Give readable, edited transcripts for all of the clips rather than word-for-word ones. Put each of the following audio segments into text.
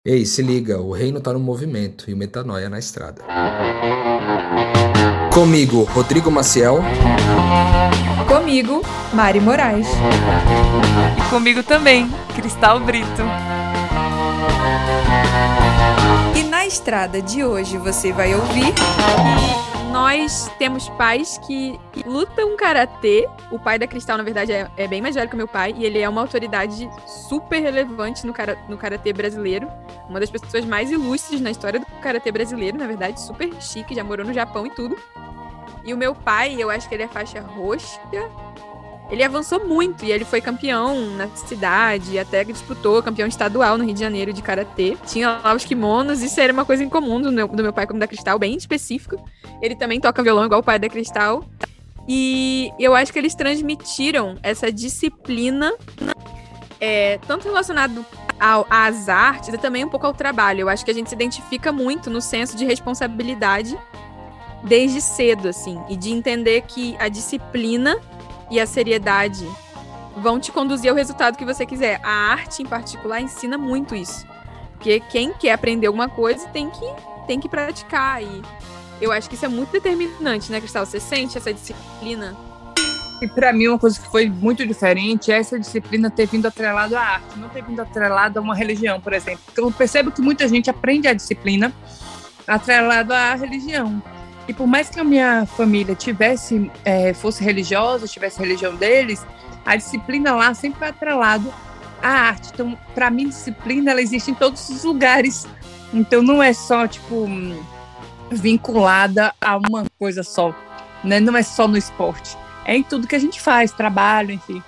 Ei, se liga, o reino tá no movimento e o Metanoia na estrada. Comigo, Rodrigo Maciel. Comigo, Mari Moraes. E comigo também, Cristal Brito. E na estrada de hoje você vai ouvir que nós temos pais que lutam karatê. O pai da Cristal, na verdade, é bem mais velho que o meu pai. E ele é uma autoridade super relevante no karatê brasileiro. Uma das pessoas mais ilustres na história do karatê brasileiro, na verdade. Super chique, já morou no Japão e tudo. E o meu pai, eu acho que ele é faixa roxa. Ele avançou muito e ele foi campeão na cidade, até que disputou campeão estadual no Rio de Janeiro de karatê. Tinha lá os kimonos, isso era uma coisa em comum do meu pai como da Cristal, bem específico. Ele também toca violão igual o pai da Cristal. E eu acho que eles transmitiram essa disciplina, tanto relacionado às artes e também um pouco ao trabalho. Eu acho que a gente se identifica muito no senso de responsabilidade desde cedo, assim, e de entender que a disciplina e a seriedade vão te conduzir ao resultado que você quiser. A arte, em particular, ensina muito isso. Porque quem quer aprender alguma coisa tem que praticar. E eu acho que isso é muito determinante, né, Cristal? Você sente essa disciplina? E para mim, uma coisa que foi muito diferente é essa disciplina ter vindo atrelado à arte, não ter vindo atrelado a uma religião, por exemplo. Porque eu percebo que muita gente aprende a disciplina atrelado à religião. E por mais que a minha família fosse religiosa, tivesse a religião deles, a disciplina lá sempre foi atrelado à arte. Então, para mim, disciplina ela existe em todos os lugares. Então, não é só vinculada a uma coisa só, né? Não é só no esporte. É em tudo que a gente faz, trabalho, enfim.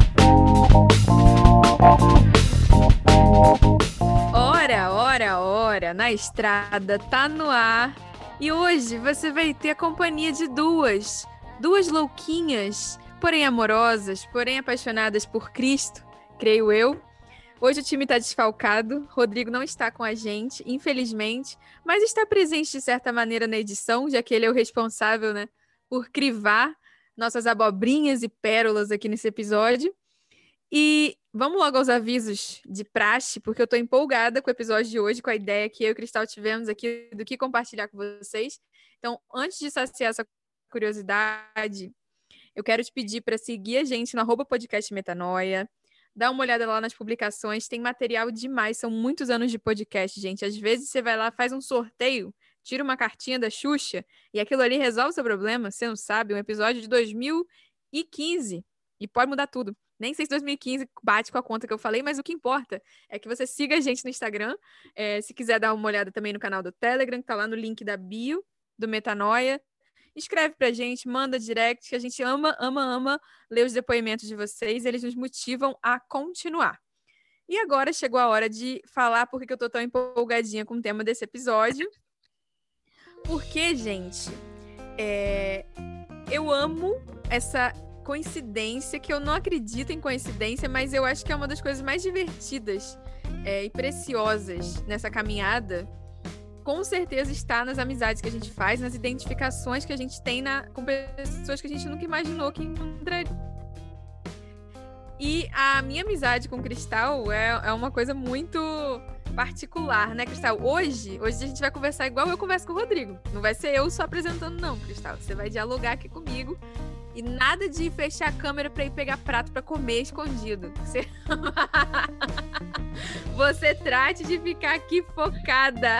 Ora, na estrada, tá no ar. E hoje você vai ter a companhia de duas louquinhas, porém amorosas, porém apaixonadas por Cristo, creio eu. Hoje o time tá desfalcado, Rodrigo não está com a gente, infelizmente, mas está presente de certa maneira na edição, já que ele é o responsável, né, por crivar nossas abobrinhas e pérolas aqui nesse episódio. E vamos logo aos avisos de praxe, porque eu tô empolgada com o episódio de hoje, com a ideia que eu e o Cristal tivemos aqui do que compartilhar com vocês. Então, antes de saciar essa curiosidade, eu quero te pedir para seguir a gente no @podcastmetanoia, dá uma olhada lá nas publicações, tem material demais, são muitos anos de podcast, gente. Às vezes você vai lá, faz um sorteio, tira uma cartinha da Xuxa e aquilo ali resolve o seu problema, você não sabe, um episódio de 2015 e pode mudar tudo. Nem sei se 2015 bate com a conta que eu falei, mas o que importa é que você siga a gente no Instagram. Se quiser dar uma olhada também no canal do Telegram, que tá lá no link da bio do Metanoia. Escreve pra gente, manda direct, que a gente ama ler os depoimentos de vocês. Eles nos motivam a continuar. E agora chegou a hora de falar porque eu tô tão empolgadinha com o tema desse episódio. Porque, gente, eu amo essa coincidência, que eu não acredito em coincidência, mas eu acho que é uma das coisas mais divertidas e preciosas nessa caminhada. Com certeza está nas amizades que a gente faz, nas identificações que a gente tem com pessoas que a gente nunca imaginou que encontraria. E a minha amizade com o Cristal é uma coisa muito particular, né, Cristal? Hoje a gente vai conversar igual eu converso com o Rodrigo. Não vai ser eu só apresentando, não, Cristal. Você vai dialogar aqui comigo. E nada de fechar a câmera pra ir pegar prato pra comer escondido. Você trate de ficar aqui focada.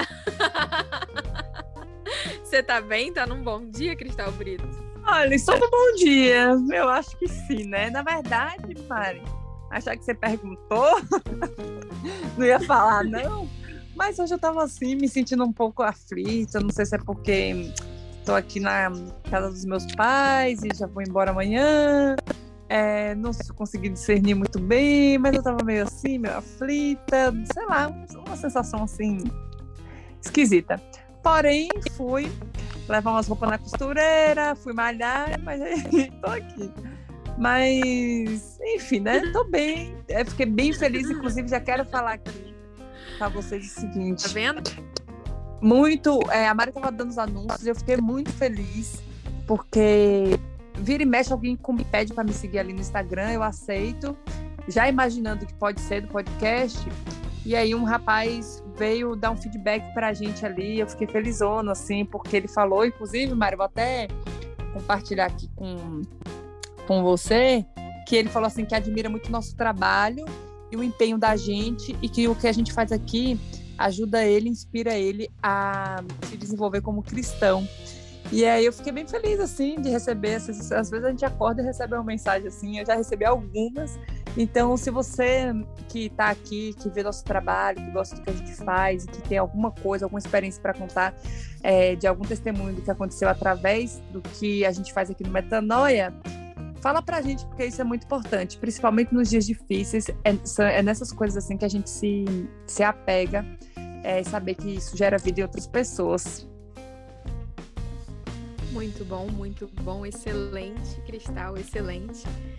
Você tá bem? Tá num bom dia, Cristal Brito? Olha, só um bom dia. Eu acho que sim, né? Na verdade, Mari, achar que você perguntou, não ia falar, não. Mas hoje eu tava assim, me sentindo um pouco aflita. Não sei se é porque estou aqui na casa dos meus pais e já vou embora amanhã. Não consegui discernir muito bem, mas eu estava meio assim, meio aflita, sei lá, uma sensação assim esquisita. Porém, fui levar umas roupas na costureira, fui malhar, mas estou aqui. Mas, enfim, né? Estou bem, fiquei bem feliz, inclusive já quero falar aqui para vocês o seguinte. Tá vendo? Muito, a Mari estava dando os anúncios, eu fiquei muito feliz, porque vira e mexe alguém me pede para me seguir ali no Instagram, eu aceito, já imaginando o que pode ser do podcast. E aí um rapaz veio dar um feedback pra gente ali, eu fiquei felizona, assim, porque ele falou, inclusive, Mari, vou até compartilhar aqui com você, que ele falou assim que admira muito o nosso trabalho e o empenho da gente, e que o que a gente faz aqui ajuda ele, inspira ele a se desenvolver como cristão. E aí eu fiquei bem feliz, assim, de receber, às vezes a gente acorda e recebe uma mensagem assim, eu já recebi algumas. Então, se você que está aqui, que vê nosso trabalho, que gosta do que a gente faz, que tem alguma coisa, alguma experiência para contar, de algum testemunho do que aconteceu através do que a gente faz aqui no Metanoia, fala pra gente, porque isso é muito importante, principalmente nos dias difíceis, é nessas coisas assim que a gente se apega, saber que isso gera vida em outras pessoas. Muito bom, excelente, Cristal, excelente.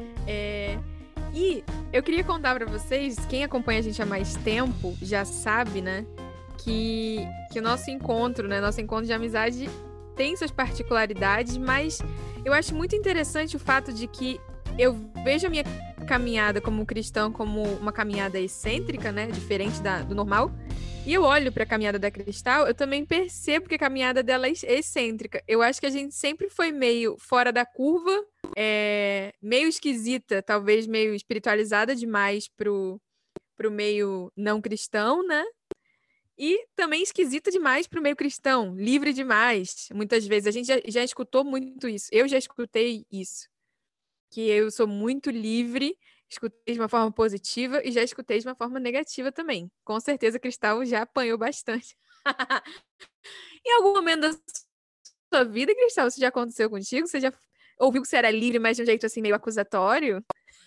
E eu queria contar para vocês, quem acompanha a gente há mais tempo já sabe, né, que o nosso encontro de amizade tem suas particularidades, mas eu acho muito interessante o fato de que eu vejo a minha caminhada como cristã como uma caminhada excêntrica, né, diferente do normal. E eu olho para a caminhada da Cristal, eu também percebo que a caminhada dela é excêntrica. Eu acho que a gente sempre foi meio fora da curva, meio esquisita, talvez meio espiritualizada demais pro meio não cristão, né? E também esquisita demais pro meio cristão, livre demais. Muitas vezes a gente já escutou muito isso. Eu já escutei isso. Que eu sou muito livre, escutei de uma forma positiva e já escutei de uma forma negativa também. Com certeza, Cristal já apanhou bastante. Em algum momento da sua vida, Cristal, isso já aconteceu contigo? Você já ouviu que você era livre, mas de um jeito assim meio acusatório?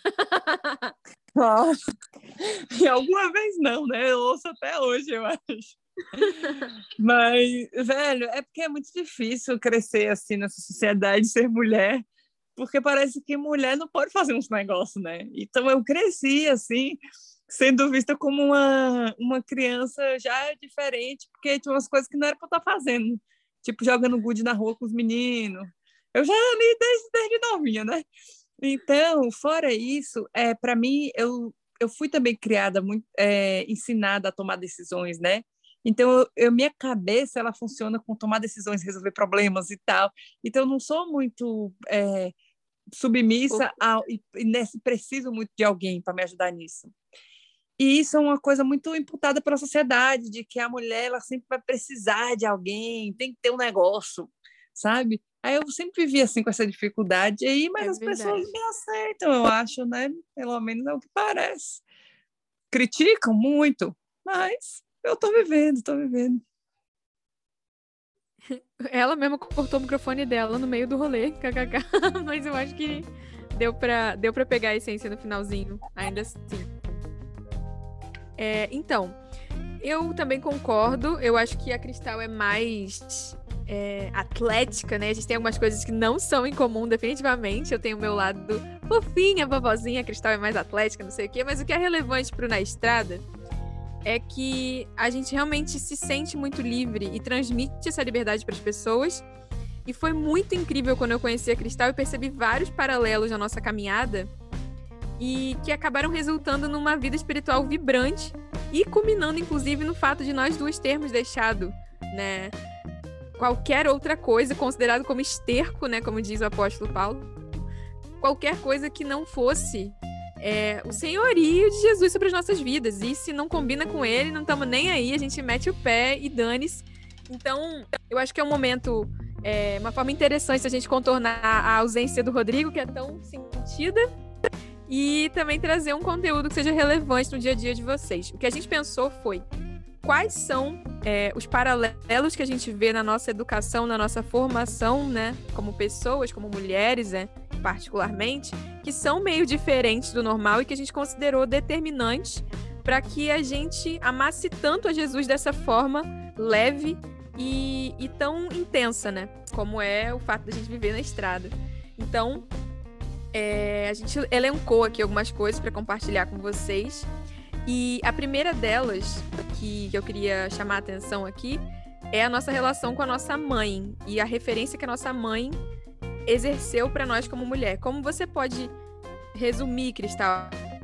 Nossa, e alguma vez não, né? Eu ouço até hoje, eu acho. Mas, velho, é porque é muito difícil crescer assim nessa sociedade, ser mulher, porque parece que mulher não pode fazer uns negócios, né? Então eu cresci assim, sendo vista como uma criança já diferente, porque tinha umas coisas que não era pra eu estar fazendo, tipo jogando gude na rua com os meninos. Eu já li desde novinha, né? Então, fora isso, para mim, eu fui também criada, muito, ensinada a tomar decisões, né? Então, minha cabeça, ela funciona com tomar decisões, resolver problemas e tal. Então, eu não sou muito submissa e preciso muito de alguém para me ajudar nisso. E isso é uma coisa muito imputada pela sociedade, de que a mulher ela sempre vai precisar de alguém, tem que ter um negócio, sabe? Aí eu sempre vivi assim com essa dificuldade aí, mas as pessoas me aceitam, eu acho, né? Pelo menos é o que parece. Criticam muito, mas eu tô vivendo. Ela mesma cortou o microfone dela no meio do rolê, kkk. Mas eu acho que deu pra pegar a essência no finalzinho, ainda assim. Então, eu também concordo. Eu acho que a Cristal é mais atlética, né? A gente tem algumas coisas que não são em comum, definitivamente. Eu tenho o meu lado fofinha, vovozinha. A Cristal é mais atlética, não sei o quê. Mas o que é relevante pro Na Estrada é que a gente realmente se sente muito livre e transmite essa liberdade para as pessoas. E foi muito incrível quando eu conheci a Cristal e percebi vários paralelos na nossa caminhada e que acabaram resultando numa vida espiritual vibrante e culminando, inclusive, no fato de nós duas termos deixado, né, qualquer outra coisa considerado como esterco, né, como diz o apóstolo Paulo, qualquer coisa que não fosse o senhorio de Jesus sobre as nossas vidas. E se não combina com ele, não estamos nem aí, a gente mete o pé e dane-se. Então, eu acho que é um momento, uma forma interessante a gente contornar a ausência do Rodrigo, que é tão sentida, e também trazer um conteúdo que seja relevante no dia a dia de vocês. O que a gente pensou foi quais são os paralelos que a gente vê na nossa educação, na nossa formação, né, como pessoas, como mulheres, particularmente, que são meio diferentes do normal e que a gente considerou determinantes para que a gente amasse tanto a Jesus dessa forma leve e tão intensa, né? Como é o fato de a gente viver na estrada. Então, a gente elencou aqui algumas coisas para compartilhar com vocês. E a primeira delas, que eu queria chamar a atenção aqui, é a nossa relação com a nossa mãe e a referência que a nossa mãe exerceu para nós como mulher. Como você pode resumir, Cristal,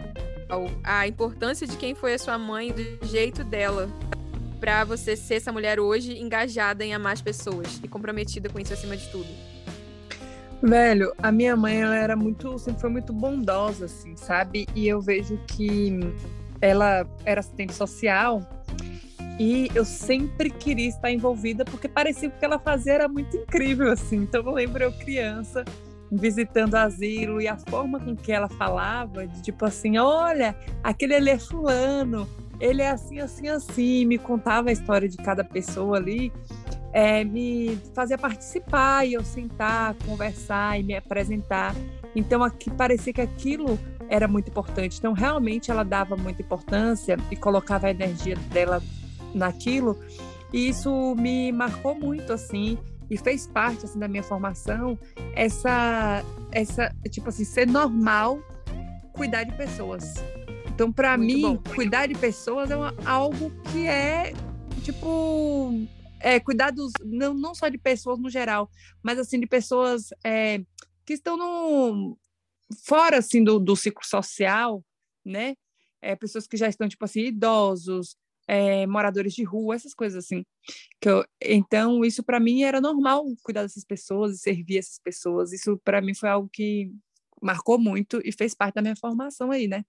a importância de quem foi a sua mãe, do jeito dela, pra você ser essa mulher hoje engajada em amar as pessoas e comprometida com isso acima de tudo? Velho, a minha mãe, ela sempre foi muito bondosa, assim, sabe? E eu vejo que ela era assistente social e eu sempre queria estar envolvida porque parecia que o que ela fazia era muito incrível, assim. Então eu lembro eu criança visitando asilo e a forma com que ela falava, de tipo assim, olha, aquele ali é fulano, ele é assim, assim, assim, me contava a história de cada pessoa ali, me fazia participar e eu sentar, conversar e me apresentar. Então aqui parecia que aquilo era muito importante. Então realmente ela dava muita importância e colocava a energia dela naquilo, e isso me marcou muito, assim, e fez parte, assim, da minha formação, essa tipo assim, ser normal cuidar de pessoas. Então, para mim, cuidar de pessoas é algo que é, tipo, cuidar não só de pessoas no geral, mas, assim, de pessoas que estão fora, assim, do ciclo social, né? Pessoas que já estão, tipo assim, idosos, moradores de rua, essas coisas assim. Então, isso para mim era normal, cuidar dessas pessoas e servir essas pessoas. Isso para mim foi algo que marcou muito e fez parte da minha formação aí, né?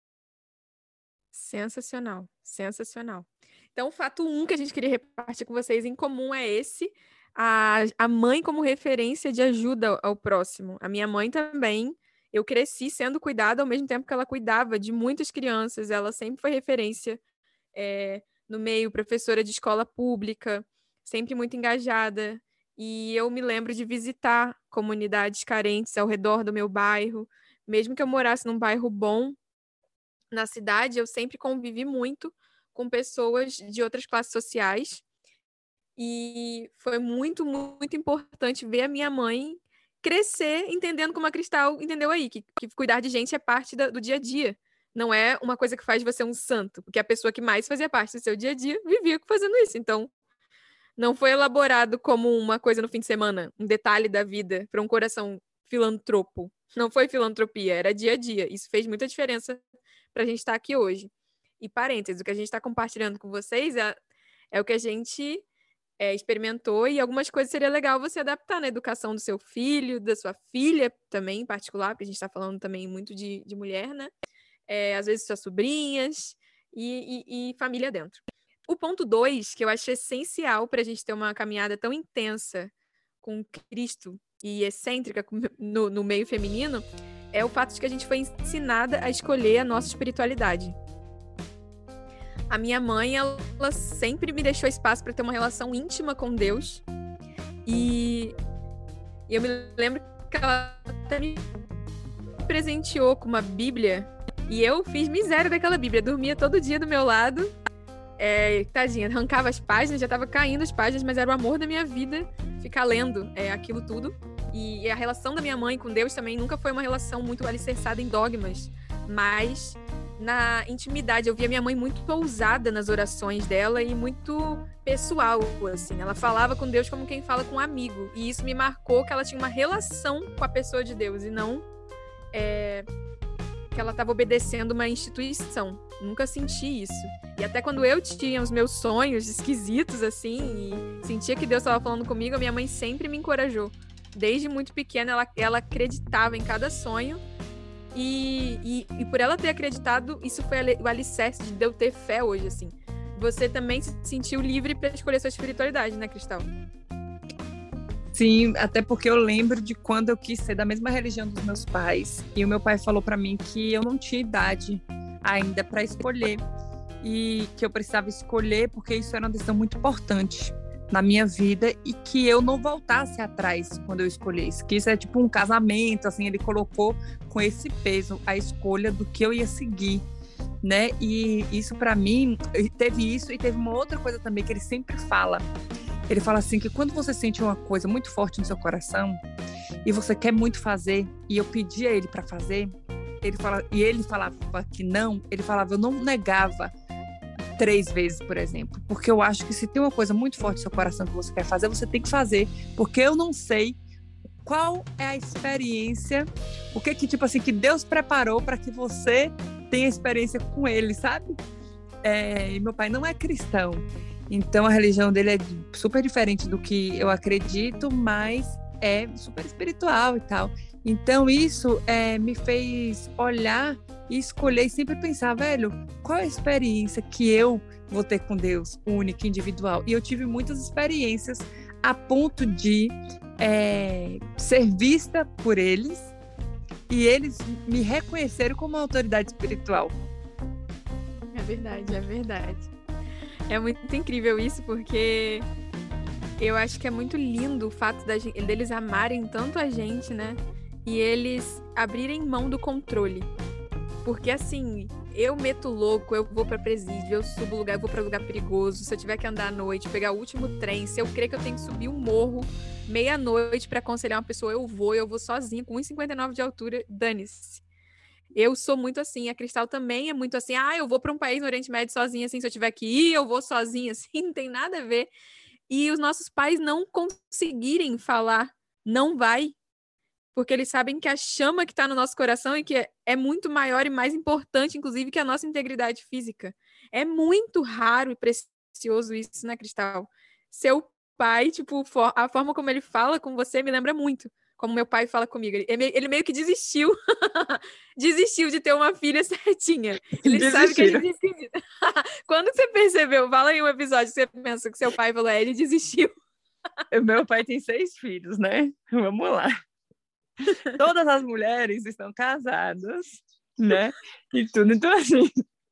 Sensacional, sensacional. Então, o fato que a gente queria repartir com vocês em comum é esse, a mãe como referência de ajuda ao próximo. A minha mãe também, eu cresci sendo cuidada ao mesmo tempo que ela cuidava de muitas crianças, ela sempre foi referência no meio, professora de escola pública, sempre muito engajada, e eu me lembro de visitar comunidades carentes ao redor do meu bairro, mesmo que eu morasse num bairro bom na cidade, eu sempre convivi muito com pessoas de outras classes sociais, e foi muito, muito importante ver a minha mãe crescer entendendo como a Cristal entendeu aí, que cuidar de gente é parte do dia a dia. Não é uma coisa que faz você um santo, porque a pessoa que mais fazia parte do seu dia a dia vivia fazendo isso. Então, não foi elaborado como uma coisa no fim de semana, um detalhe da vida para um coração filantropo. Não foi filantropia, era dia a dia. Isso fez muita diferença para a gente estar aqui hoje. E parênteses, o que a gente está compartilhando com vocês é o que a gente experimentou, e algumas coisas seria legal você adaptar na educação do seu filho, da sua filha também, em particular, porque a gente está falando também muito de mulher, né? Às vezes suas sobrinhas e família dentro. O ponto 2, que eu acho essencial para a gente ter uma caminhada tão intensa com Cristo e excêntrica no meio feminino, é o fato de que a gente foi ensinada a escolher a nossa espiritualidade. A minha mãe, ela sempre me deixou espaço para ter uma relação íntima com Deus, e eu me lembro que ela até me presenteou com uma Bíblia. E eu fiz miséria daquela Bíblia, dormia todo dia do meu lado, tadinha, arrancava as páginas, já tava caindo as páginas, mas era o amor da minha vida ficar lendo aquilo tudo. E a relação da minha mãe com Deus também nunca foi uma relação muito alicerçada em dogmas, mas na intimidade. Eu via minha mãe muito ousada nas orações dela e muito pessoal, assim. Ela falava com Deus como quem fala com um amigo, e isso me marcou, que ela tinha uma relação com a pessoa de Deus e não que ela estava obedecendo uma instituição. Nunca senti isso. E até quando eu tinha os meus sonhos esquisitos, assim, e sentia que Deus estava falando comigo, a minha mãe sempre me encorajou. Desde muito pequena, ela acreditava em cada sonho. E por ela ter acreditado, isso foi o alicerce de eu ter fé hoje, assim. Você também se sentiu livre para escolher sua espiritualidade, né, Cristal? Sim, até porque eu lembro de quando eu quis ser da mesma religião dos meus pais, e o meu pai falou para mim que eu não tinha idade ainda para escolher, e que eu precisava escolher porque isso era uma decisão muito importante na minha vida, e que eu não voltasse atrás quando eu escolhesse, que isso é tipo um casamento, assim, ele colocou com esse peso a escolha do que eu ia seguir, né? E isso para mim, teve isso, e teve uma outra coisa também que ele sempre fala. Ele fala assim, que quando você sente uma coisa muito forte no seu coração e você quer muito fazer, e eu pedia a ele para fazer, ele falava que não, ele falava, eu não negava 3 vezes, por exemplo, porque eu acho que se tem uma coisa muito forte no seu coração que você quer fazer, você tem que fazer, porque eu não sei qual é a experiência, o que tipo assim, que Deus preparou para que você tenha experiência com ele, sabe? E meu pai não é cristão, então a religião dele é super diferente do que eu acredito, mas é super espiritual e tal. Então isso me fez olhar e escolher e sempre pensar, velho, qual é a experiência que eu vou ter com Deus, única, individual? E eu tive muitas experiências a ponto de ser vista por eles e eles me reconheceram como uma autoridade espiritual. É verdade. É muito incrível isso, porque eu acho que é muito lindo o fato deles amarem tanto a gente, né? E eles abrirem mão do controle. Porque assim, eu meto louco, eu vou pra presídio, eu subo lugar, eu vou pra lugar perigoso. Se eu tiver que andar à noite, pegar o último trem, se eu crer que eu tenho que subir um morro meia-noite pra aconselhar uma pessoa, eu vou sozinha, com 1,59 de altura, dane-se. Eu sou muito assim, a Cristal também é muito assim, eu vou pra um país no Oriente Médio sozinha, assim, se eu tiver que ir, eu vou sozinha, assim, não tem nada a ver. E os nossos pais não conseguirem falar, não vai, porque eles sabem que a chama que está no nosso coração e que é muito maior e mais importante, inclusive, que a nossa integridade física. É muito raro e precioso isso, né, Cristal? Seu pai, tipo, a forma como ele fala com você me lembra muito como meu pai fala comigo. Ele meio que desistiu. Desistiu de ter uma filha certinha. Ele sabe que ele desistiu. Quando você percebeu? Fala aí um episódio que você pensa que seu pai falou, ele desistiu. Meu pai tem 6 filhos, né? Vamos lá. Todas as mulheres estão casadas, né? E tudo. Então, assim,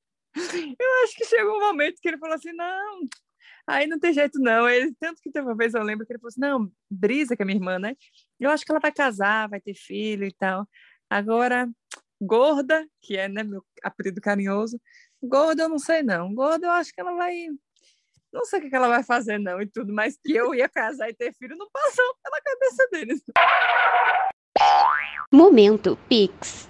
eu acho que chegou um momento que ele falou assim, não, aí não tem jeito não. Tanto que teve uma vez, eu lembro que ele falou assim, não, Brisa, que é minha irmã, né? Eu acho que ela vai casar, vai ter filho e tal. Agora, Gorda, que é, né, meu apelido carinhoso, Gorda eu não sei não. Gorda eu acho que ela vai... Não sei o que ela vai fazer não e tudo, mas que eu ia casar e ter filho não passou pela cabeça deles. Momento Pix.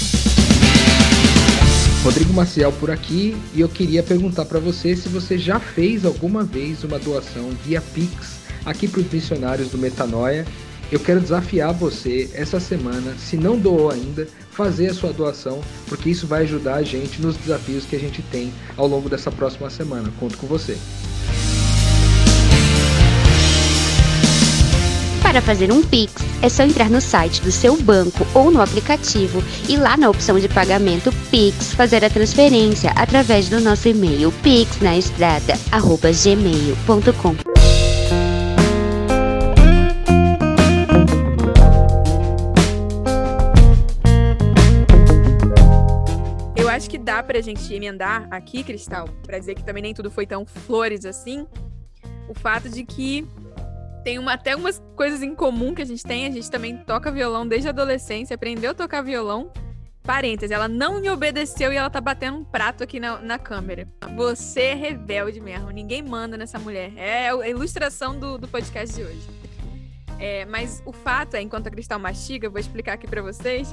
Rodrigo Maciel por aqui, e eu queria perguntar para você se você já fez alguma vez uma doação via Pix aqui para os missionários do Metanoia. Eu quero desafiar você essa semana, se não doou ainda, fazer a sua doação, porque isso vai ajudar a gente nos desafios que a gente tem ao longo dessa próxima semana. Conto com você. Para fazer um Pix, é só entrar no site do seu banco ou no aplicativo e lá na opção de pagamento Pix, fazer a transferência através do nosso e-mail pixnaestrada@gmail.com. Eu acho que dá pra gente emendar aqui, Cristal, pra dizer que também nem tudo foi tão flores assim, o fato de que tem até umas coisas em comum que a gente também toca violão desde a adolescência, aprendeu a tocar violão. Parênteses, ela não me obedeceu e ela tá batendo um prato aqui na câmera. Você é rebelde mesmo, ninguém manda nessa mulher. É a ilustração do podcast de hoje. Mas o fato é, enquanto a Cristal mastiga, eu vou explicar aqui pra vocês,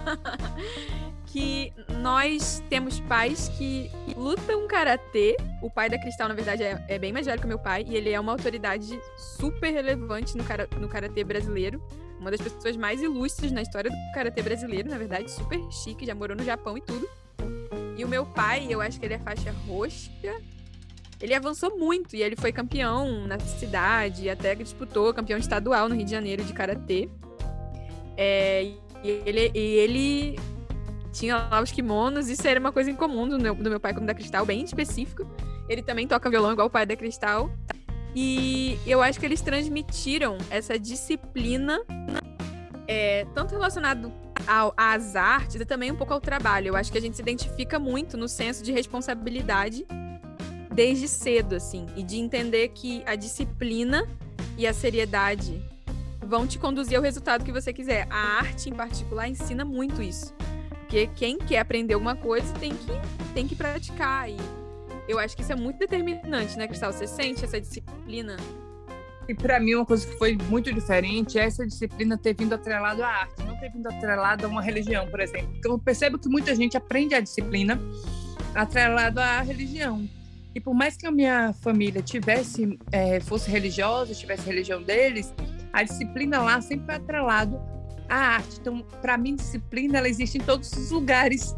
que nós temos pais que lutam karatê. O pai da Cristal, na verdade, é bem mais velho que o meu pai, e ele é uma autoridade super relevante no karatê brasileiro. Uma das pessoas mais ilustres na história do karatê brasileiro, na verdade, super chique, já morou no Japão e tudo. E o meu pai, eu acho que ele é faixa roxa. Ele avançou muito, e ele foi campeão na cidade, até disputou campeão estadual no Rio de Janeiro de karatê. E ele tinha lá os kimonos, isso era uma coisa em comum do meu pai como da Cristal, bem específico. Ele também toca violão igual o pai da Cristal. E eu acho que eles transmitiram essa disciplina, tanto relacionado às artes e também um pouco ao trabalho. Eu acho que a gente se identifica muito no senso de responsabilidade desde cedo, assim, e de entender que a disciplina e a seriedade vão te conduzir ao resultado que você quiser. A arte, em particular, ensina muito isso. Porque quem quer aprender alguma coisa tem que praticar. E eu acho que isso é muito determinante, né, Cristal? Você sente essa disciplina? E para mim, uma coisa que foi muito diferente é essa disciplina ter vindo atrelado à arte, não ter vindo atrelado a uma religião, por exemplo. Então, eu percebo que muita gente aprende a disciplina atrelado à religião. E por mais que a minha família fosse religiosa, tivesse a religião deles, a disciplina lá sempre foi atrelado à arte. Então, para mim, disciplina ela existe em todos os lugares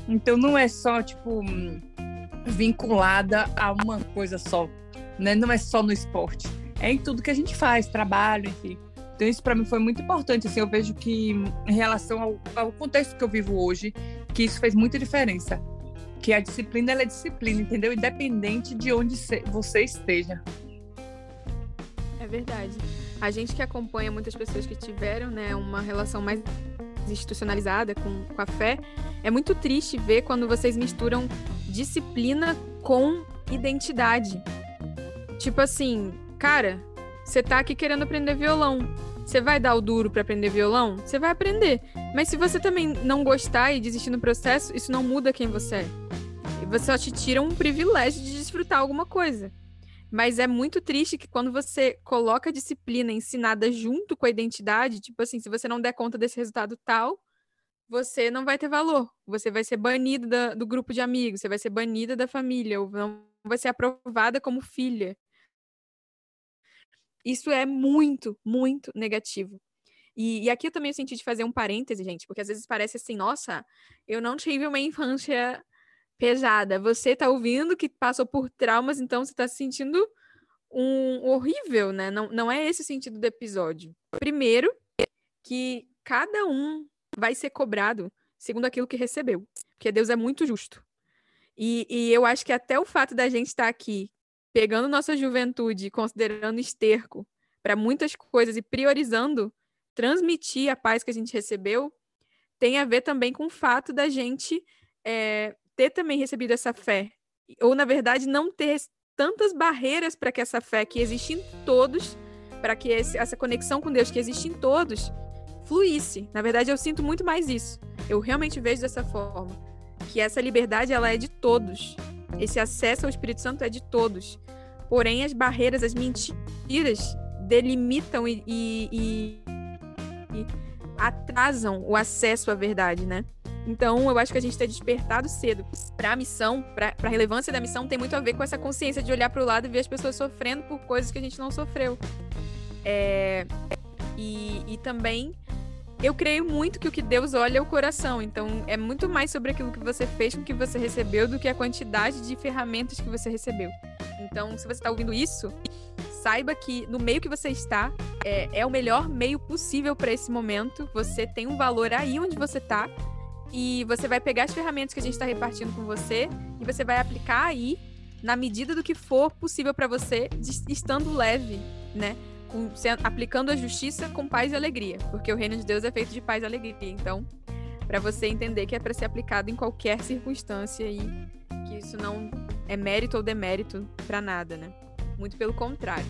Então não é só, tipo, vinculada a uma coisa só, né? Não é só no esporte. É em tudo que a gente faz, trabalho, enfim. Então isso para mim foi muito importante. Assim, eu vejo que em relação ao contexto que eu vivo hoje, que isso fez muita diferença. Que a disciplina, ela é disciplina, entendeu? Independente de onde você esteja. É verdade. A gente que acompanha muitas pessoas que tiveram, né, uma relação mais institucionalizada com a fé, é muito triste ver quando vocês misturam disciplina com identidade. Tipo assim, cara, você tá aqui querendo aprender violão. Você vai dar o duro pra aprender violão? Você vai aprender. Mas se você também não gostar e desistir no processo, isso não muda quem você é. E você só te tira um privilégio de desfrutar alguma coisa. Mas é muito triste que quando você coloca a disciplina ensinada junto com a identidade, tipo assim, se você não der conta desse resultado tal, você não vai ter valor. Você vai ser banida do grupo de amigos, você vai ser banida da família, ou não vai ser aprovada como filha. Isso é muito, muito negativo. E aqui eu também senti de fazer um parêntese, gente, porque às vezes parece assim, nossa, eu não tive uma infância pesada. Você tá ouvindo que passou por traumas, então você tá se sentindo horrível, né? Não é esse o sentido do episódio. Primeiro, que cada um vai ser cobrado segundo aquilo que recebeu, porque Deus é muito justo. E eu acho que até o fato da gente estar aqui, pegando nossa juventude, considerando esterco para muitas coisas e priorizando transmitir a paz que a gente recebeu, tem a ver também com o fato da gente ter também recebido essa fé. Ou, na verdade, não ter tantas barreiras para que essa fé que existe em todos, para que essa conexão com Deus que existe em todos, fluísse. Na verdade, eu sinto muito mais isso. Eu realmente vejo dessa forma. Que essa liberdade, ela é de todos. Esse acesso ao Espírito Santo é de todos. Porém, as barreiras, as mentiras delimitam e atrasam o acesso à verdade, né? Então, eu acho que a gente ter despertado cedo para a missão, para a relevância da missão, tem muito a ver com essa consciência de olhar para o lado e ver as pessoas sofrendo por coisas que a gente não sofreu. E também, eu creio muito que o que Deus olha é o coração. Então, é muito mais sobre aquilo que você fez com o que você recebeu do que a quantidade de ferramentas que você recebeu. Então, se você está ouvindo isso, saiba que no meio que você está, é o melhor meio possível para esse momento. Você tem um valor aí onde você está. E você vai pegar as ferramentas que a gente está repartindo com você e você vai aplicar aí na medida do que for possível para você, estando leve, né? Aplicando a justiça com paz e alegria, porque o reino de Deus é feito de paz e alegria. Então, para você entender que é para ser aplicado em qualquer circunstância e que isso não é mérito ou demérito para nada, né? Muito pelo contrário.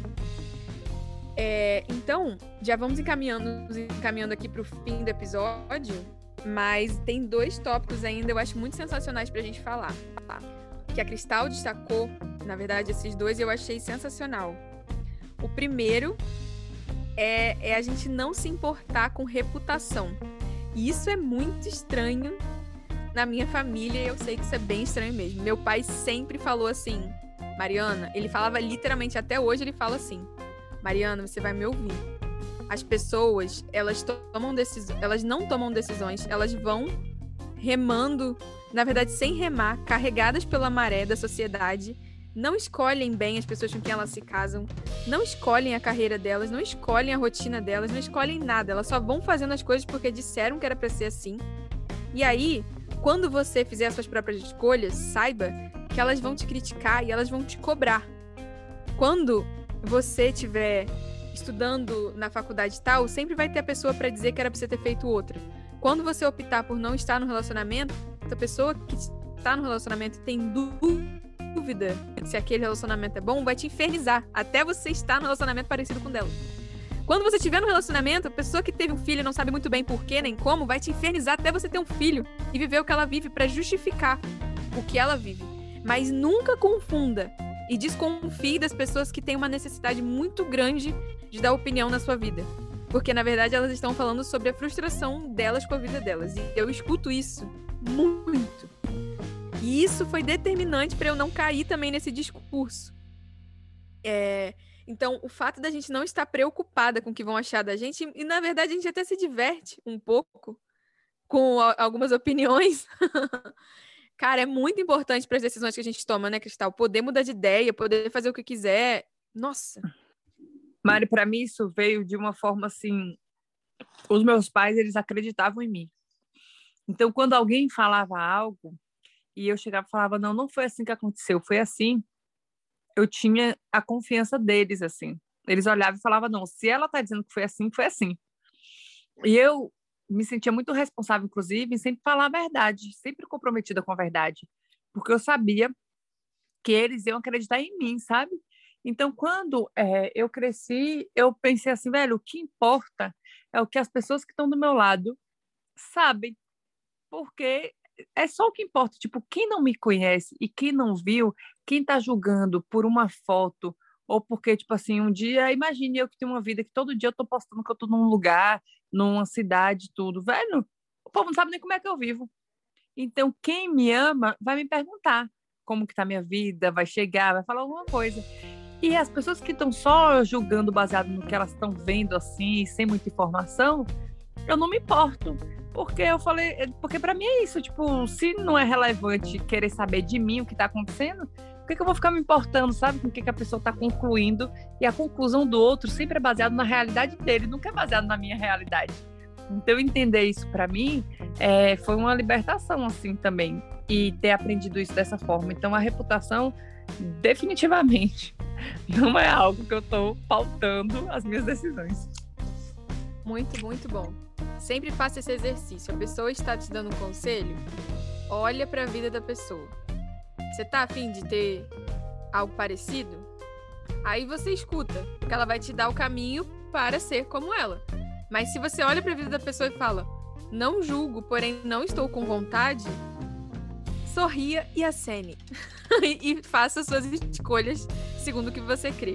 Então, já vamos encaminhando aqui para o fim do episódio. Mas tem 2 tópicos ainda, eu acho muito sensacionais pra gente falar. Que a Cristal destacou, na verdade, esses 2 eu achei sensacional. O primeiro é a gente não se importar com reputação. E isso é muito estranho na minha família, e eu sei que isso é bem estranho mesmo. Meu pai sempre falou assim, Mariana, ele falava literalmente, até hoje ele fala assim, Mariana, você vai me ouvir. As pessoas, elas não tomam decisões, elas vão remando, na verdade, sem remar, carregadas pela maré da sociedade, não escolhem bem as pessoas com quem elas se casam, não escolhem a carreira delas, não escolhem a rotina delas, não escolhem nada, elas só vão fazendo as coisas porque disseram que era pra ser assim. E aí, quando você fizer as suas próprias escolhas, saiba que elas vão te criticar e elas vão te cobrar. Quando você tiver estudando na faculdade tal, sempre vai ter a pessoa para dizer que era para você ter feito outra. Quando você optar por não estar no relacionamento, a pessoa que está no relacionamento e tem dúvida se aquele relacionamento é bom, vai te infernizar até você estar no relacionamento parecido com o dela. Quando você estiver no relacionamento, a pessoa que teve um filho e não sabe muito bem por quê nem como, vai te infernizar até você ter um filho e viver o que ela vive para justificar o que ela vive. Mas nunca confunda e desconfie das pessoas que têm uma necessidade muito grande de dar opinião na sua vida. Porque, na verdade, elas estão falando sobre a frustração delas com a vida delas. E eu escuto isso muito. E isso foi determinante para eu não cair também nesse discurso. Então, o fato da gente não estar preocupada com o que vão achar da gente, e, na verdade, a gente até se diverte um pouco com algumas opiniões, Cara, é muito importante para as decisões que a gente toma, né, Cristal? Poder mudar de ideia, poder fazer o que quiser. Nossa. Mari, para mim isso veio de uma forma assim, os meus pais, eles acreditavam em mim. Então, quando alguém falava algo e eu chegava e falava, não foi assim que aconteceu, foi assim, eu tinha a confiança deles, assim. Eles olhavam e falavam, não, se ela tá dizendo que foi assim, foi assim. E eu me sentia muito responsável, inclusive, em sempre falar a verdade, sempre comprometida com a verdade, porque eu sabia que eles iam acreditar em mim, sabe? Então, quando eu cresci, eu pensei assim, velho, o que importa é o que as pessoas que estão do meu lado sabem, porque é só o que importa. Tipo, quem não me conhece e quem não viu, quem tá julgando por uma foto, ou porque, tipo assim, um dia, imagine eu que tenho uma vida que todo dia eu tô postando que eu tô num lugar, numa cidade, tudo. Velho, o povo não sabe nem como é que eu vivo. Então, quem me ama vai me perguntar como que tá a minha vida, vai chegar, vai falar alguma coisa. E as pessoas que estão só julgando baseado no que elas estão vendo, assim, sem muita informação, eu não me importo. Porque eu falei, porque para mim é isso, tipo, se não é relevante querer saber de mim o que tá acontecendo, por que eu vou ficar me importando, sabe, com o que a pessoa tá concluindo? E a conclusão do outro sempre é baseada na realidade dele, nunca é baseado na minha realidade. Então, entender isso para mim foi uma libertação, assim, também. E ter aprendido isso dessa forma. Então, a reputação, definitivamente, não é algo que eu tô pautando as minhas decisões. Muito, muito bom. Sempre faça esse exercício. A pessoa está te dando um conselho, olha para a vida da pessoa. Você tá afim de ter algo parecido? Aí você escuta, porque ela vai te dar o caminho para ser como ela. Mas se você olha para a vida da pessoa e fala, não julgo, porém não estou com vontade, sorria e acene. E faça suas escolhas segundo o que você crê.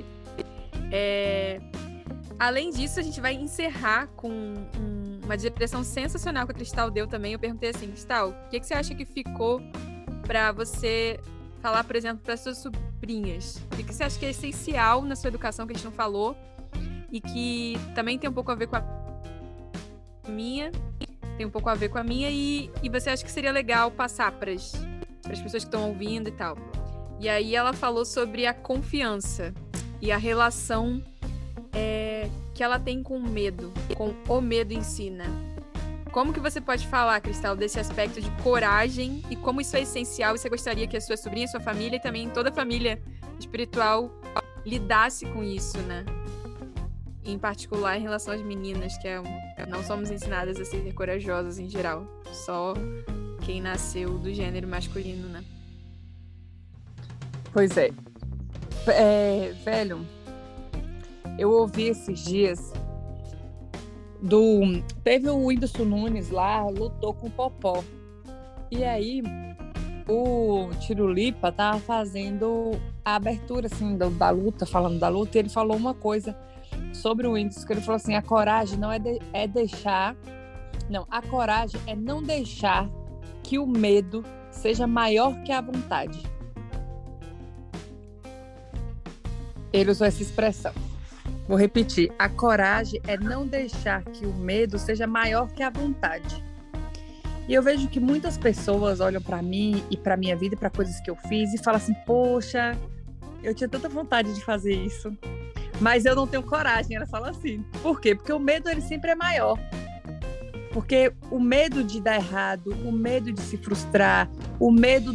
Além disso, a gente vai encerrar com uma direção sensacional que a Cristal deu também. Eu perguntei assim, Cristal, o que você acha que ficou para você falar, por exemplo, para suas sobrinhas? O que você acha que é essencial na sua educação que a gente não falou e que também tem um pouco a ver com a minha, e você acha que seria legal passar para as pessoas que estão ouvindo e tal? E aí ela falou sobre a confiança e a relação que ela tem com o medo em si, né? Como que você pode falar, Cristal, desse aspecto de coragem e como isso é essencial e você gostaria que a sua sobrinha, sua família e também toda a família espiritual lidasse com isso, né? Em particular em relação às meninas, que não somos ensinadas a ser corajosas em geral. Só quem nasceu do gênero masculino, né? Pois é. Velho, eu ouvi esses dias teve o Whindersson Nunes lá, lutou com o Popó. E aí o Tirulipa tava fazendo a abertura assim, da luta, falando da luta, e ele falou uma coisa sobre o Whindersson, que ele falou assim, a coragem não a coragem é não deixar que o medo seja maior que a vontade. Ele usou essa expressão. Vou repetir. A coragem é não deixar que o medo seja maior que a vontade. E eu vejo que muitas pessoas olham para mim e para minha vida e para coisas que eu fiz e falam assim, poxa, eu tinha tanta vontade de fazer isso, mas eu não tenho coragem. Elas falam assim. Por quê? Porque o medo, ele sempre é maior. Porque o medo de dar errado, o medo de se frustrar, o medo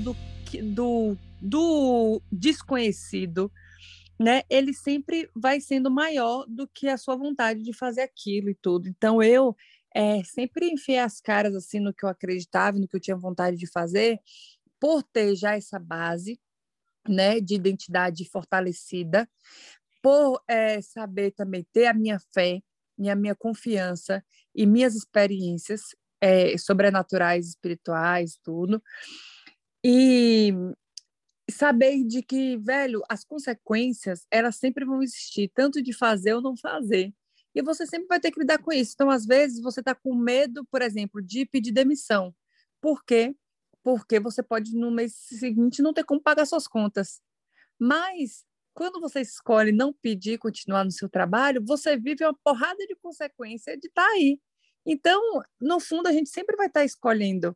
do desconhecido, né? Ele sempre vai sendo maior do que a sua vontade de fazer aquilo e tudo. Então, eu sempre enfiei as caras assim, no que eu acreditava, no que eu tinha vontade de fazer, por ter já essa base, né, de identidade fortalecida, por saber também ter a minha fé e a minha confiança e minhas experiências sobrenaturais, espirituais, tudo. E saber de que, velho, as consequências, elas sempre vão existir, tanto de fazer ou não fazer. E você sempre vai ter que lidar com isso. Então, às vezes, você está com medo, por exemplo, de pedir demissão. Por quê? Porque você pode, no mês seguinte, não ter como pagar suas contas. Mas, quando você escolhe não pedir, continuar no seu trabalho, você vive uma porrada de consequência de estar aí. Então, no fundo, a gente sempre vai estar escolhendo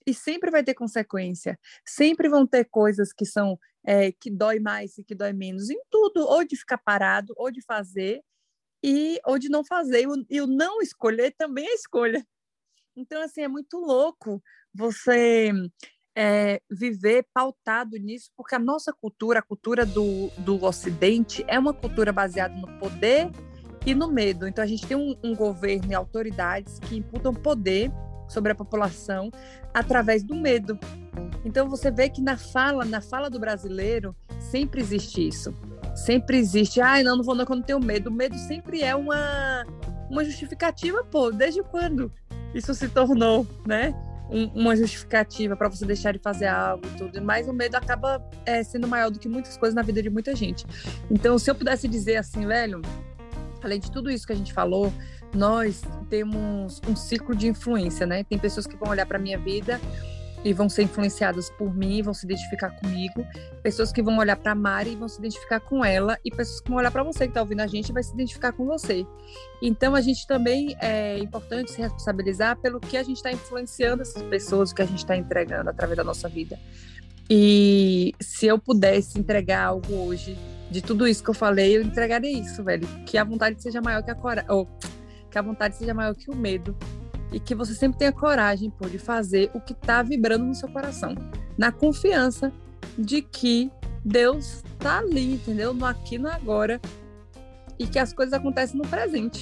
E sempre vai ter consequência. Sempre vão ter coisas que são que dói mais e que dói menos. Em tudo, ou de ficar parado, ou de fazer, ou de não fazer. E o não escolher também é escolha. Então, assim, é muito louco você viver pautado nisso, porque a nossa cultura, a cultura do Ocidente, é uma cultura baseada no poder e no medo. Então, a gente tem um governo e autoridades que imputam poder sobre a população através do medo. Então, você vê que na fala do brasileiro, sempre existe isso. Sempre existe, não vou não, quando tenho medo. O medo sempre é uma justificativa, desde quando isso se tornou, né? Uma justificativa para você deixar de fazer algo e tudo. Mas o medo acaba sendo maior do que muitas coisas na vida de muita gente. Então, se eu pudesse dizer assim, velho, além de tudo isso que a gente falou, nós temos um ciclo de influência, né? Tem pessoas que vão olhar para a minha vida e vão ser influenciadas por mim, vão se identificar comigo, pessoas que vão olhar para a Mari e vão se identificar com ela, e pessoas que vão olhar para você que está ouvindo a gente e vai se identificar com você. Então, a gente também é importante se responsabilizar pelo que a gente está influenciando essas pessoas, o que a gente está entregando através da nossa vida. E se eu pudesse entregar algo hoje de tudo isso que eu falei, eu entregaria isso, velho. Que a vontade seja maior que a coragem, ou que a vontade seja maior que o medo. E que você sempre tenha coragem, de fazer o que está vibrando no seu coração. Na confiança de que Deus está ali, entendeu? No aqui, no agora. E que as coisas acontecem no presente.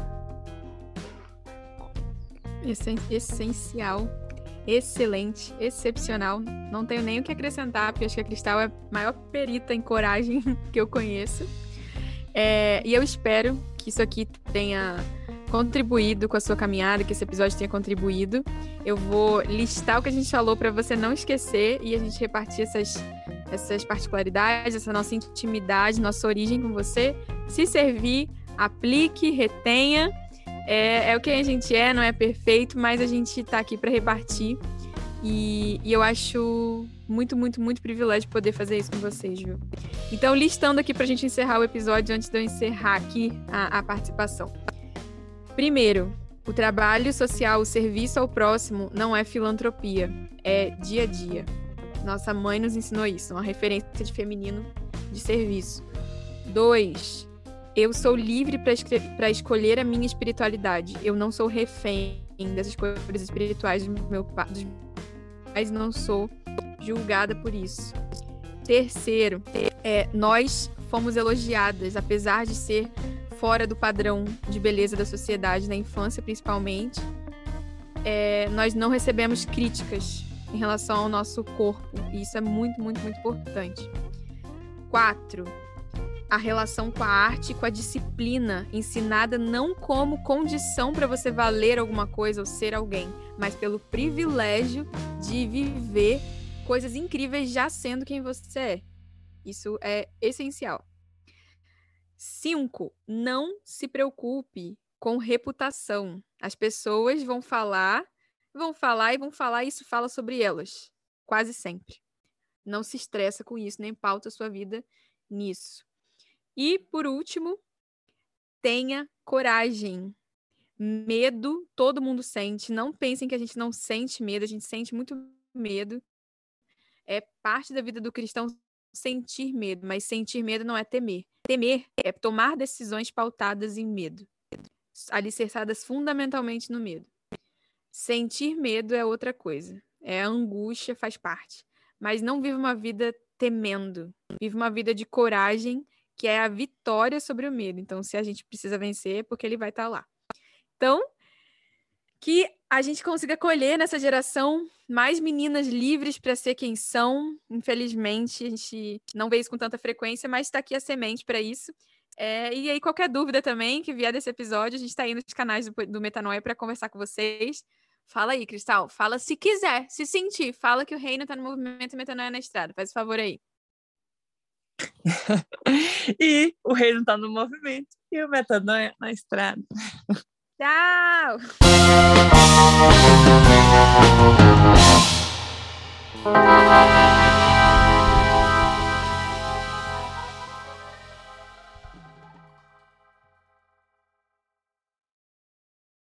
Essencial. Excelente. Excepcional. Não tenho nem o que acrescentar, porque acho que a Cristal é a maior perita em coragem que eu conheço. E eu espero que isso aqui tenha contribuído com a sua caminhada, que esse episódio tenha contribuído. Eu vou listar o que a gente falou para você não esquecer e a gente repartir essas particularidades, essa nossa intimidade, nossa origem com você. Se servir, aplique, retenha. É o que a gente não é perfeito, mas a gente tá aqui para repartir. E eu acho muito, muito, muito privilégio poder fazer isso com vocês, viu? Então, listando aqui pra gente encerrar o episódio, antes de eu encerrar aqui a participação. Primeiro, o trabalho social, o serviço ao próximo não é filantropia, é dia a dia. Nossa mãe nos ensinou isso, uma referência de feminino de serviço. 2, eu sou livre para escolher a minha espiritualidade. Eu não sou refém dessas coisas espirituais dos meus pais, mas não sou julgada por isso. Terceiro, nós fomos elogiadas, apesar de ser fora do padrão de beleza da sociedade, na infância principalmente. Nós não recebemos críticas em relação ao nosso corpo, e isso é muito, muito, muito importante. 4, a relação com a arte e com a disciplina, ensinada não como condição para você valer alguma coisa ou ser alguém, mas pelo privilégio de viver coisas incríveis já sendo quem você é. Isso é essencial. 5, não se preocupe com reputação. As pessoas vão falar, e isso fala sobre elas, quase sempre. Não se estressa com isso, nem pauta a sua vida nisso. E, por último, tenha coragem. Medo, todo mundo sente. Não pensem que a gente não sente medo, a gente sente muito medo. É parte da vida do cristão sentir medo, mas sentir medo não é temer. Temer é tomar decisões pautadas em medo, alicerçadas fundamentalmente no medo. Sentir medo é outra coisa. A angústia, faz parte. Mas não vive uma vida temendo. Vive uma vida de coragem, que é a vitória sobre o medo. Então, se a gente precisa vencer, é porque ele vai estar lá. Então, que a gente consiga colher nessa geração mais meninas livres para ser quem são. Infelizmente, a gente não vê isso com tanta frequência, mas está aqui a semente para isso. E aí, qualquer dúvida também que vier desse episódio, a gente está aí nos canais do Metanoia para conversar com vocês. Fala aí, Cristal. Fala se quiser, se sentir. Fala que o reino está no movimento e Metanoia na estrada. Faz o favor aí. E o reino está no movimento e o Metanoia na estrada. Tchau!